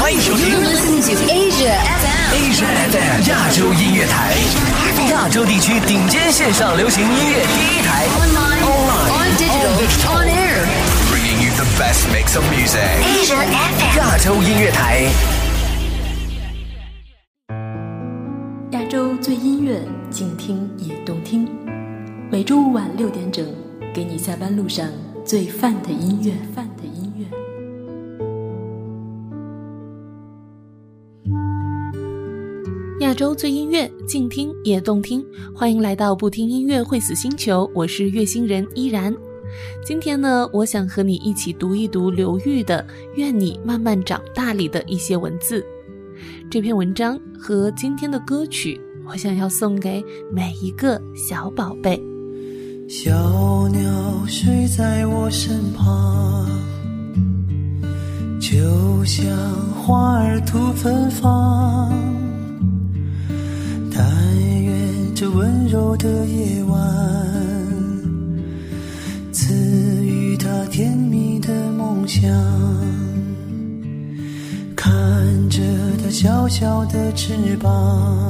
欢迎收听 Asia FM 亚洲音乐台，亚洲地区顶尖线上流行音乐第一台 Online, on digital, on air, bringing you the best mix of music. Asia FM 亚洲音乐台， 亚洲最音乐，静听也动听。每周五晚6点整，给你下班路上最范的音乐。亚洲最音乐，静听也动听。欢迎来到不听音乐会死星球，我是月星人依然。今天呢，我想和你一起读一读刘玉的《愿你慢慢长大》里的一些文字。这篇文章和今天的歌曲，我想要送给每一个小宝贝。 小鸟睡在我身旁，就像花儿吐芬芳，但愿这温柔的夜晚赐予他甜蜜的梦想，看着他小小的翅膀，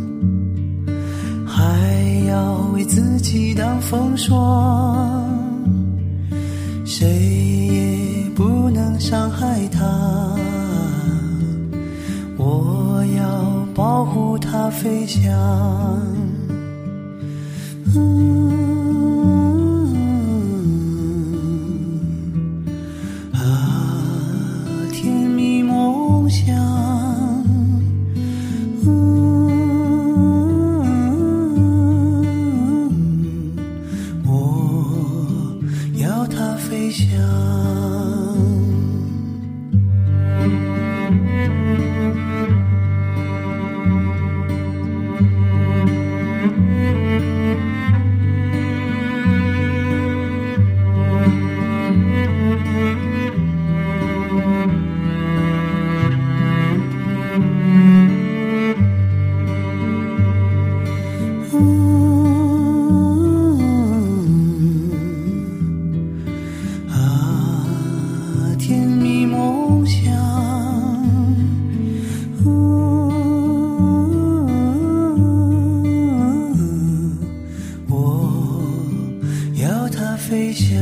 还要为自己挡风霜，谁也不能伤害他，我要保护它飞翔。甜蜜梦想，我要它飞翔。飞翔。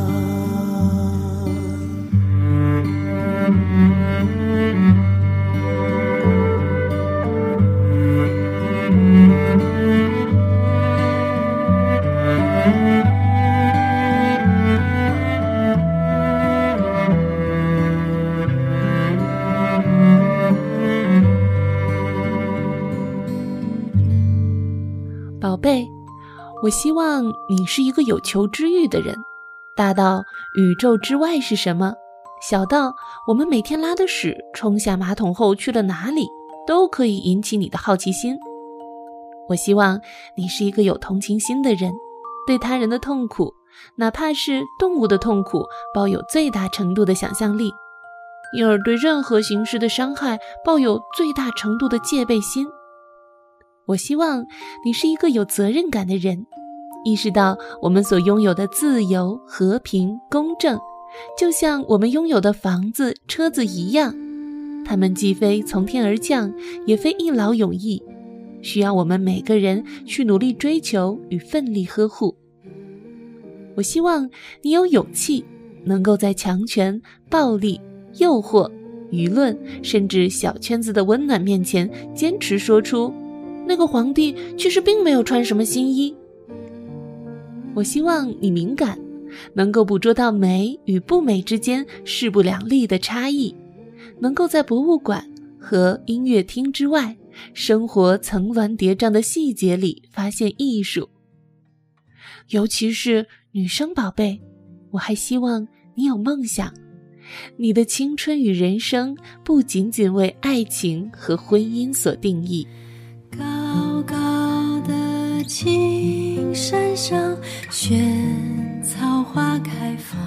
宝贝，我希望你是一个有求知欲的人，大到宇宙之外是什么，小到我们每天拉的屎冲下马桶后去了哪里，都可以引起你的好奇心。我希望你是一个有同情心的人，对他人的痛苦，哪怕是动物的痛苦，抱有最大程度的想象力，因而对任何形式的伤害抱有最大程度的戒备心。我希望你是一个有责任感的人，意识到我们所拥有的自由、和平、公正，就像我们拥有的房子、车子一样，它们既非从天而降，也非一劳永逸，需要我们每个人去努力追求与奋力呵护。我希望你有勇气，能够在强权、暴力、诱惑、舆论，甚至小圈子的温暖面前，坚持说出那个皇帝其实并没有穿什么新衣。我希望你敏感，能够捕捉到美与不美之间势不两立的差异，能够在博物馆和音乐厅之外，生活层峦叠嶂的细节里发现艺术。尤其是女生宝贝，我还希望你有梦想，你的青春与人生不仅仅为爱情和婚姻所定义。 高高的青山上，萱草花开放，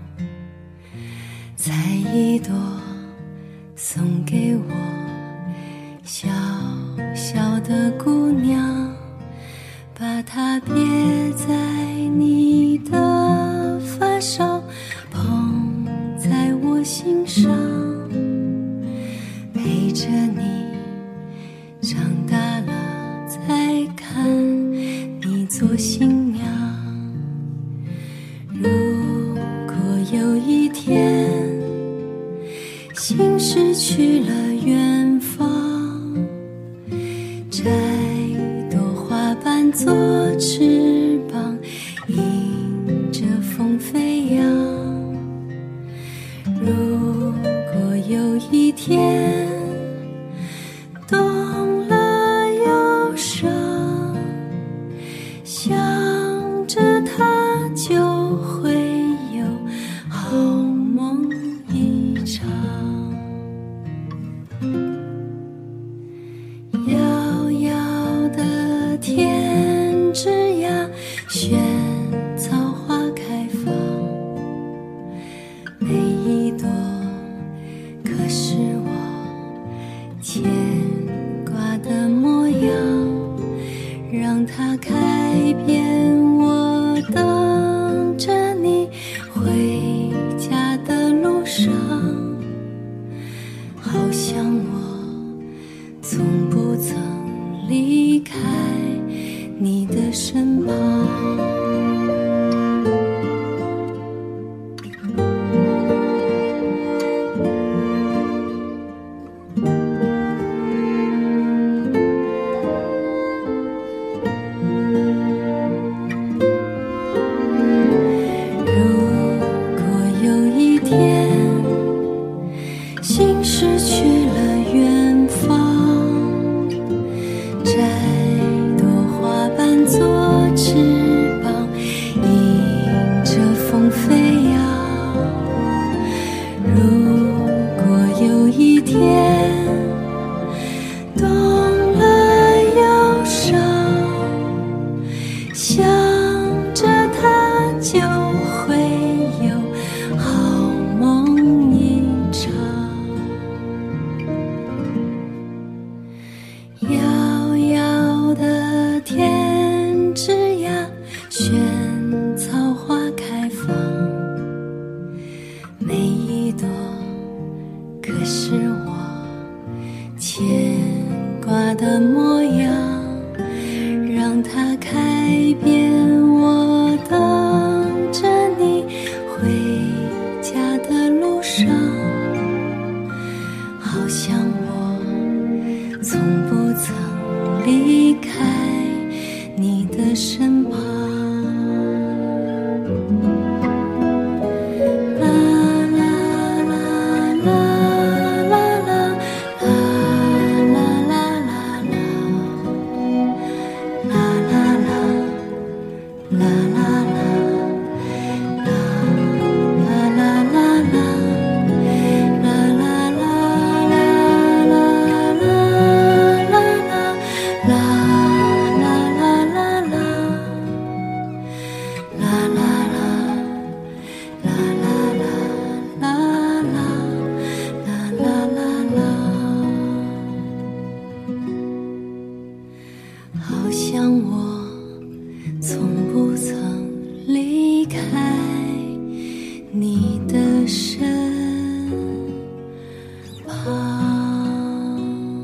采一朵送给我，小小的姑娘，把它别在你的发梢，捧在我心上， 着你长大了再看你做新娘。如果有一天心失去了远方，摘朵花瓣做翅膀，迎着风飞扬。如果有一天懂了忧伤，想着它就会有好梦一场。遥遥的天之涯，萱草花开放，每一朵可是我牵挂的模样，让它开遍我等着你回家的路上，好像我从不曾离开你的身旁。心失去了远方，摘朵花瓣做翅膀，迎着风飞扬。如果有一天懂了忧伤，想着它就会有好梦一场。遥遥的天之涯，萱草花开放，每一朵可是我牵挂的模样，让它开遍我等着你回家的路上，好像我从不曾离开你的身旁。好像我从不曾离开你的身旁。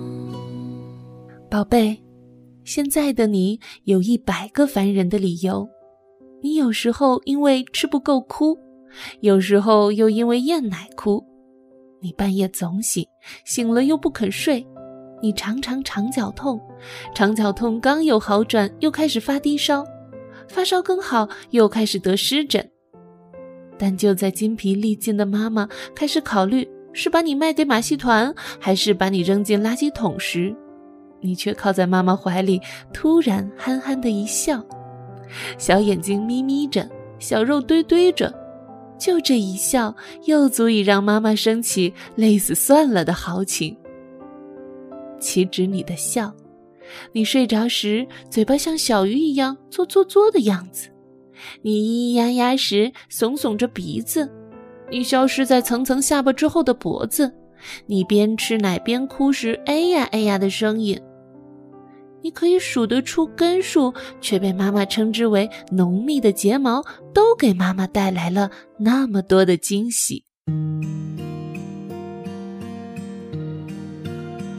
宝贝，现在的你有100个烦人的理由。你有时候因为吃不够哭，有时候又因为厌奶哭。你半夜总醒，醒了又不肯睡。你常常肠绞痛，肠绞痛刚有好转又开始发低烧，发烧更好又开始得湿疹。但就在筋疲力尽的妈妈开始考虑是把你卖给马戏团还是把你扔进垃圾桶时，你却靠在妈妈怀里，突然憨憨的一笑，小眼睛眯眯着，小肉堆堆着，就这一笑又足以让妈妈升起累死算了的豪情。岂止你的笑，你睡着时嘴巴像小鱼一样做的样子，你咿咿呀呀时耸耸着鼻子，你消失在层层下巴之后的脖子，你边吃奶边哭时哎呀哎呀的声音。你可以数得出根数，却被妈妈称之为浓密的睫毛，都给妈妈带来了那么多的惊喜。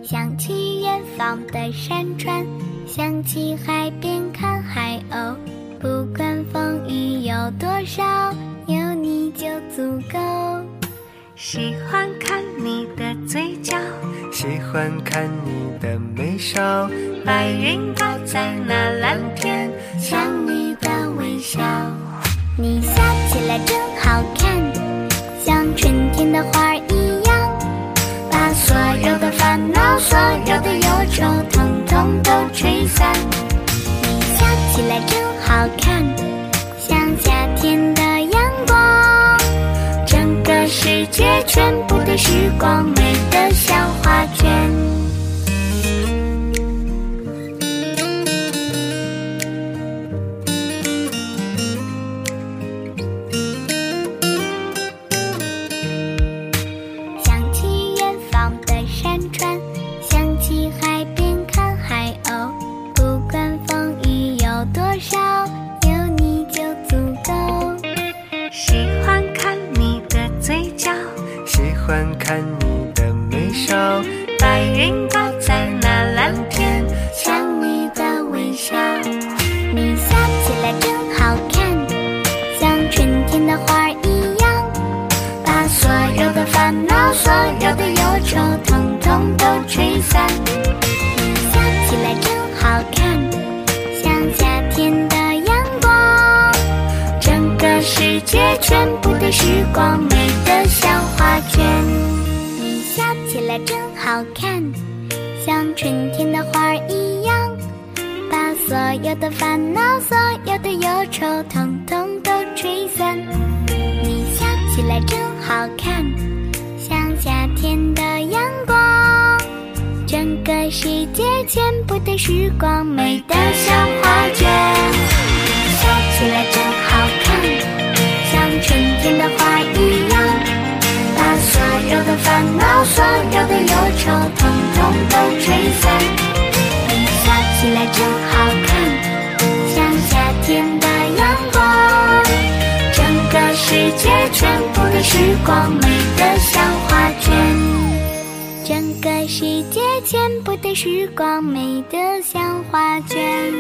想起远方的山川，想起海边看海鸥，不管风雨有多少，有你就足够。喜欢看你的嘴角， 喜欢看你的眉梢， 白云挂在那蓝天，像你的微笑。你笑起来真好看，像春天的花一样，把所有的烦恼，所有的忧愁统统都吹散。你笑起来真好看，像夏天的阳光，整个世界全部的时光美得像画卷。 看你的眉梢， 白云挂在那蓝天，像你的微笑。你笑起来真好看，像春天的花一样，把所有的烦恼，所有的忧愁统统都吹散。你笑起来真好看，像夏天的阳光，整个世界全部的时光美得像画卷。笑起来真好看，像春天的花一样，把所有的烦恼，所有的忧愁统统都吹散。你笑起来真好看，像夏天的阳光，整个世界全部的时光美得像画卷。你笑起来真好看，像春天的花一样，把所有的烦恼，所有的忧愁统统都吹散。你笑起来真好看，像夏天的阳光，整个世界全部的时光美得像画卷。整个世界全部的时光美得像画卷。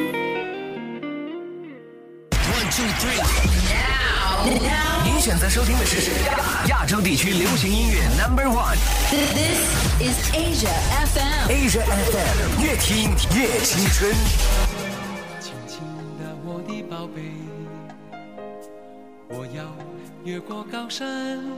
您选择收听的是亚洲地区流行音乐 No.1。 This is Asia FM. Asia FM， 越听越青春。 轻轻的我的宝贝，我要越过高山，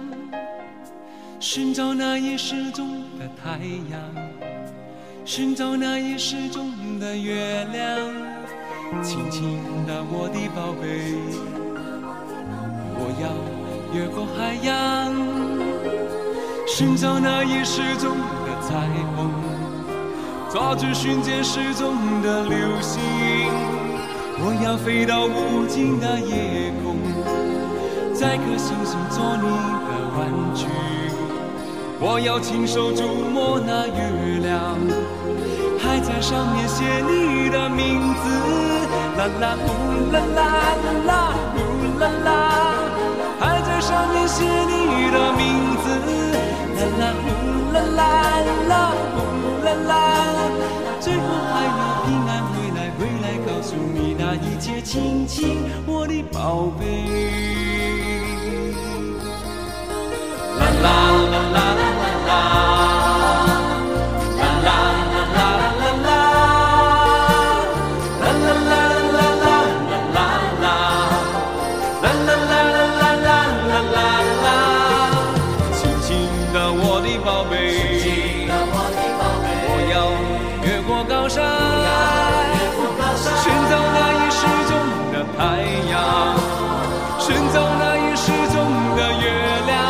寻找那已失踪的太阳，寻找那已失踪的月亮。轻轻的我的宝贝，我要越过海洋，寻找那已失踪的彩虹，抓住瞬间失踪的流星。我要飞到无尽的夜空，摘颗星星做你的玩具。我要亲手触摸那月亮，还在上面写你的名字。啦啦呼啦啦啦呼啦啦，还在上面写你的名字。啦啦呼啦啦啦呼啦啦，最后还要平安回来，回来告诉你那一切，亲亲我的宝贝。啦啦啦啦啦啦。太阳，寻找那已失踪的月亮。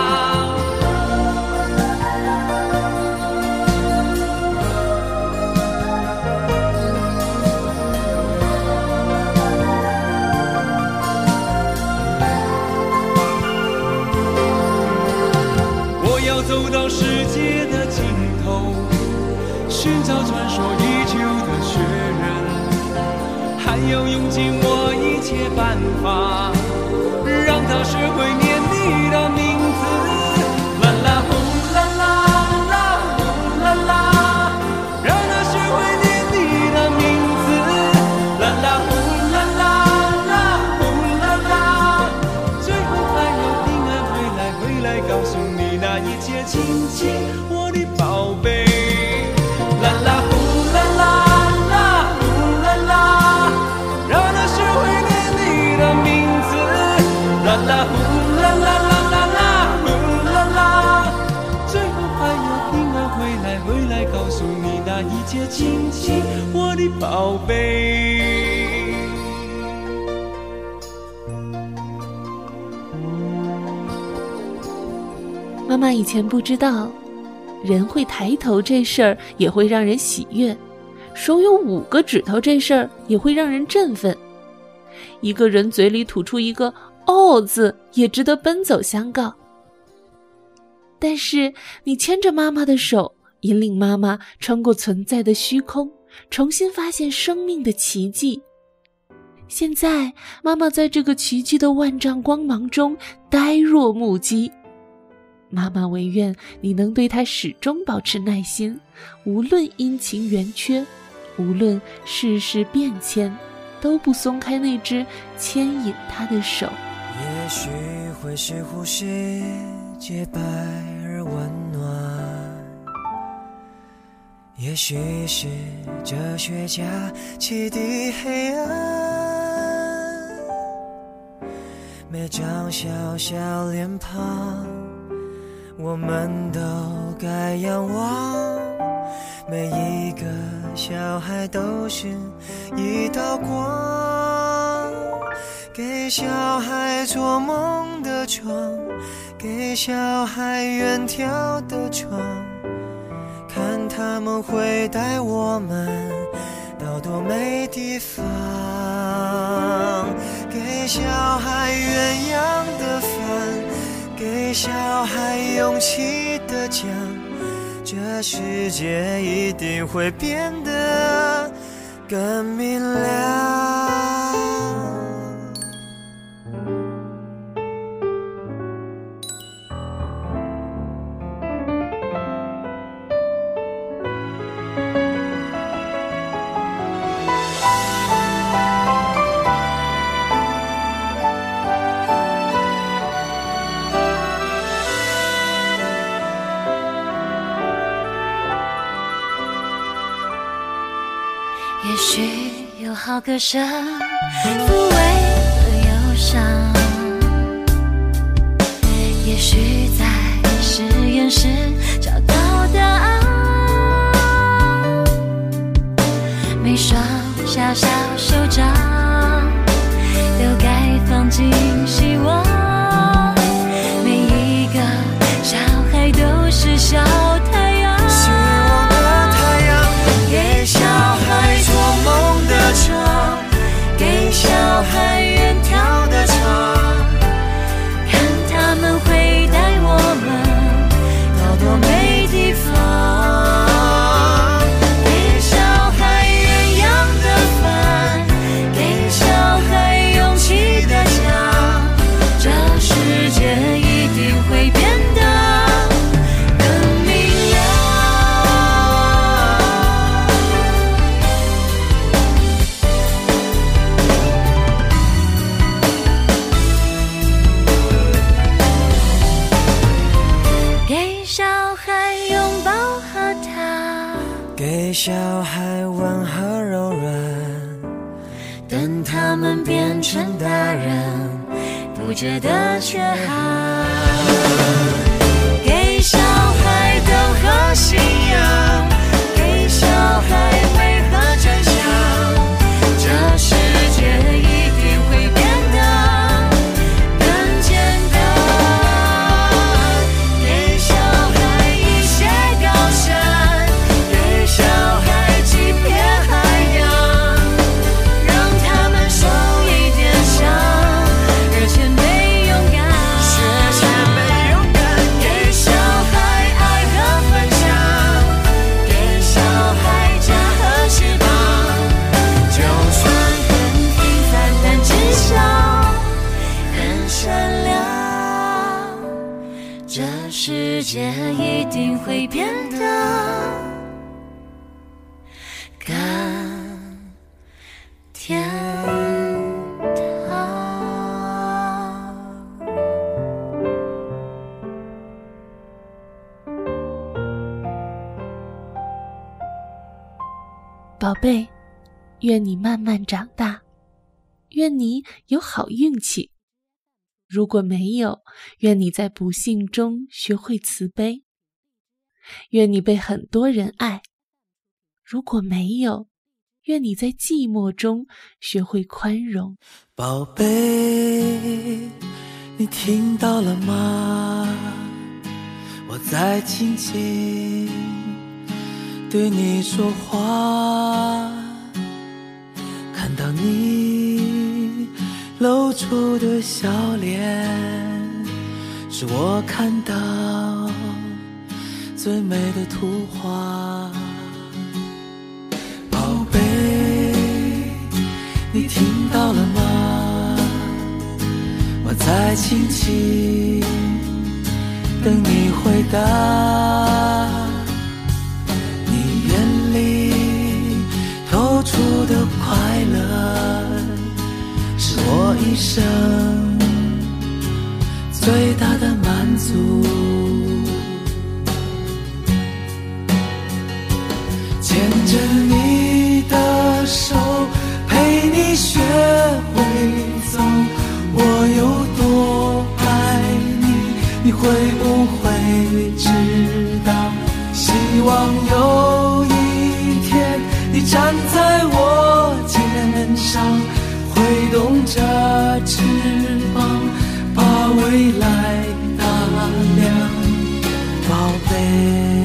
我要走到世界的尽头，寻找传说已久的雪人，还要用尽我一切办法，让他学会念你的名字。啦啦呼啦啦啦呼啦啦， 那一切亲亲，我的宝贝。啦啦呼啦啦啦呼啦啦，让我学会念你的名字。啦啦呼啦啦啦啦啦呼啦啦，最后还要平安回来告诉你那一切亲亲，我的宝贝。 妈妈以前不知道，人会抬头这事儿也会让人喜悦，手有5个指头这事儿也会让人振奋，一个人嘴里吐出一个“哦”字也值得奔走相告。但是你牵着妈妈的手，引领妈妈穿过存在的虚空，重新发现生命的奇迹。现在妈妈在这个奇迹的万丈光芒中呆若木鸡。妈妈唯愿你能对她始终保持耐心，无论阴晴圆缺，无论世事变迁，都不松开那只牵引她的手。 也许会是呼吸洁白而温暖，也许是哲学家启迪黑暗，每张小小脸庞我们都该仰望，每一个小孩都是一道光，给小孩做梦的床，给小孩远眺的窗，看他们会带我们到多美地方，给小孩鸳鸯的饭，给小孩勇气的奖，这世界一定会变得更明亮。 也许有好歌声抚慰了忧伤，也许在实验室找到答案，每双小小手掌都该放进希望，每一个小孩都是小太阳， 希望的太阳，给小孩做梦的床，给小孩远眺的窗， 看他们会带我们到多美地方，给小孩鸳鸯的饭，给小孩勇气的奖，这世界一定会变得更明亮。给小孩拥抱和他， 给小孩温和柔软， 等他们变成大人，不觉得缺憾。给小孩灯和信仰，给小孩美和真相，这世界一定会变得更简单。给小孩一些高山，给小孩几片海洋，让他们受一点伤，而且没勇敢，给小孩爱和分享，给小孩家和翅膀，就算很平凡，但至少很善良，这世界一定会变得更天堂。 宝贝，愿你慢慢长大，愿你有好运气。如果没有，愿你在不幸中学会慈悲。愿你被很多人爱。如果没有，愿你在寂寞中学会宽容。 宝贝，你听到了吗？我在轻轻对你说话，看到你露出的笑脸，是我看到最美的图画。宝贝，你听到了吗？我在轻轻等你回答。你眼里透出的快乐，是我一生最大的满足。牵着你的手，陪你学会走，我有多爱你，你会不会知道？希望有一天你站在我肩上，挥动着翅膀，把未来打亮。宝贝，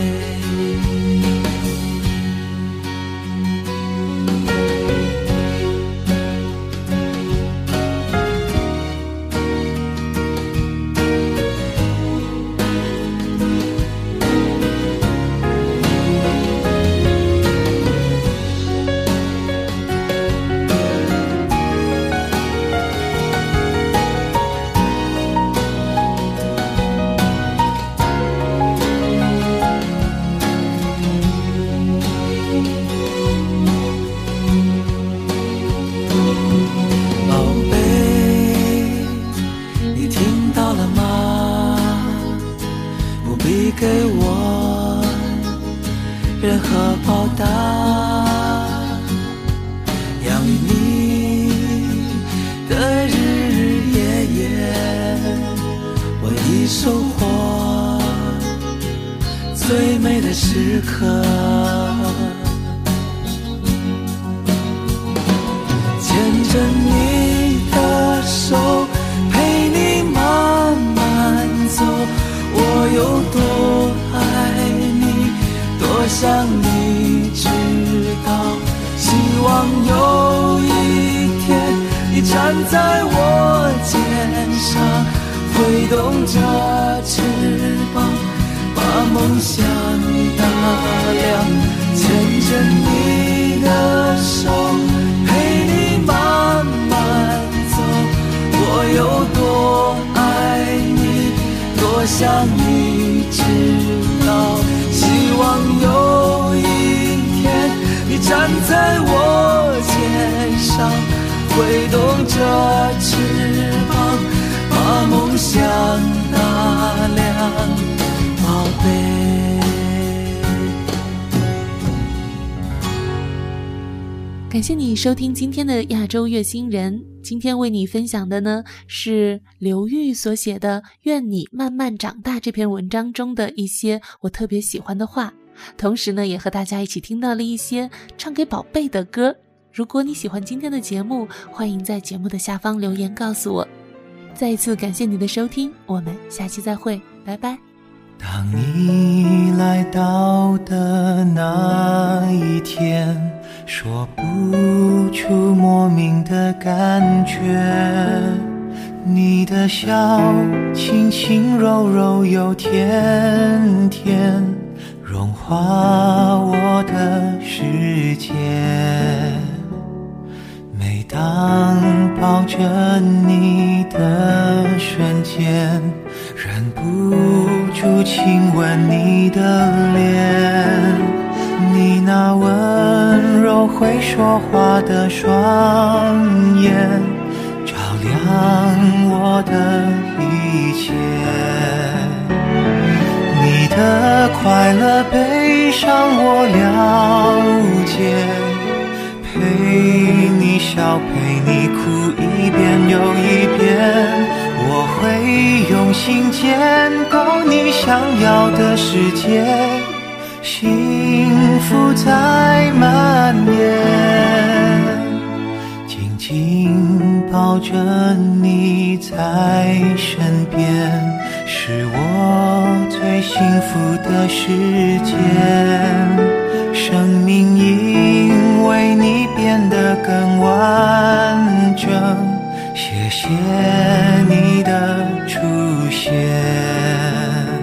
给我任何报答，养育你的日日夜夜，我已收获最美的时刻。牵着你的手，陪你慢慢走，我有多爱你，多想你知道。希望有一天你站在我肩上，挥动着翅膀，把梦想打亮。牵着你的手，陪你慢慢走，我有多爱你，多想你知道。希望有一天你站在我肩上，挥动着翅膀，把梦想打亮。宝贝， 感谢你收听今天的亚洲乐星人。今天为你分享的呢，是刘玉所写的《愿你慢慢长大》这篇文章中的一些我特别喜欢的话，同时呢，也和大家一起听到了一些唱给宝贝的歌。如果你喜欢今天的节目，欢迎在节目的下方留言告诉我。再一次感谢你的收听，我们下期再会，拜拜。 当你来到的那一天，说不出莫名的感觉，你的笑轻轻柔柔又甜甜，融化我的世界。每当抱着你的瞬间，忍不住亲吻你的脸，你那温柔会说话的双眼，照亮我的一切。你的快乐悲伤我了解， 界，陪你笑，陪你哭，一遍又一遍。我会用心建构你想要的世界，幸福在蔓延，紧紧抱着你在身边，是我最幸福的时间。生命因为你变得更完整，谢谢你的出现。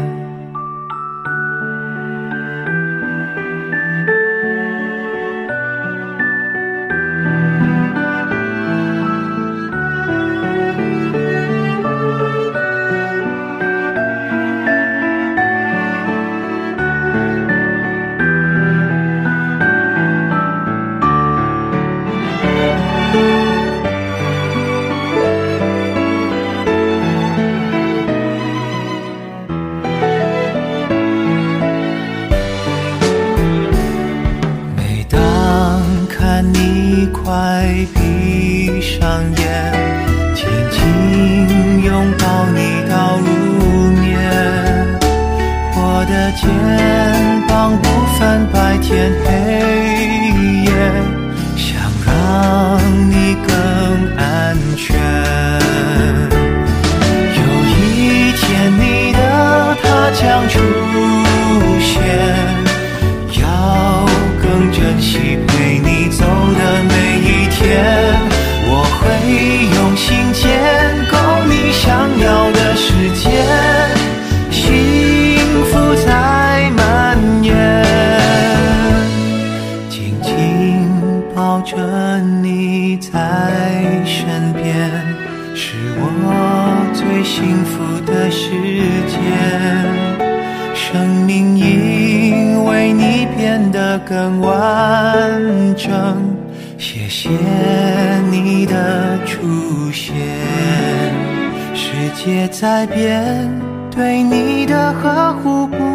快闭上眼，紧紧拥抱你到入眠。我的肩膀不分白天黑夜，想让你更安全。有一天你的他将出现，要更珍惜陪你走的每一天。我会用心建构你想要的世界，幸福在蔓延，紧紧抱着你在身边，是我最幸福的时间。生命因为你变得更完整，谢谢你的出现。世界在变，对你的呵护不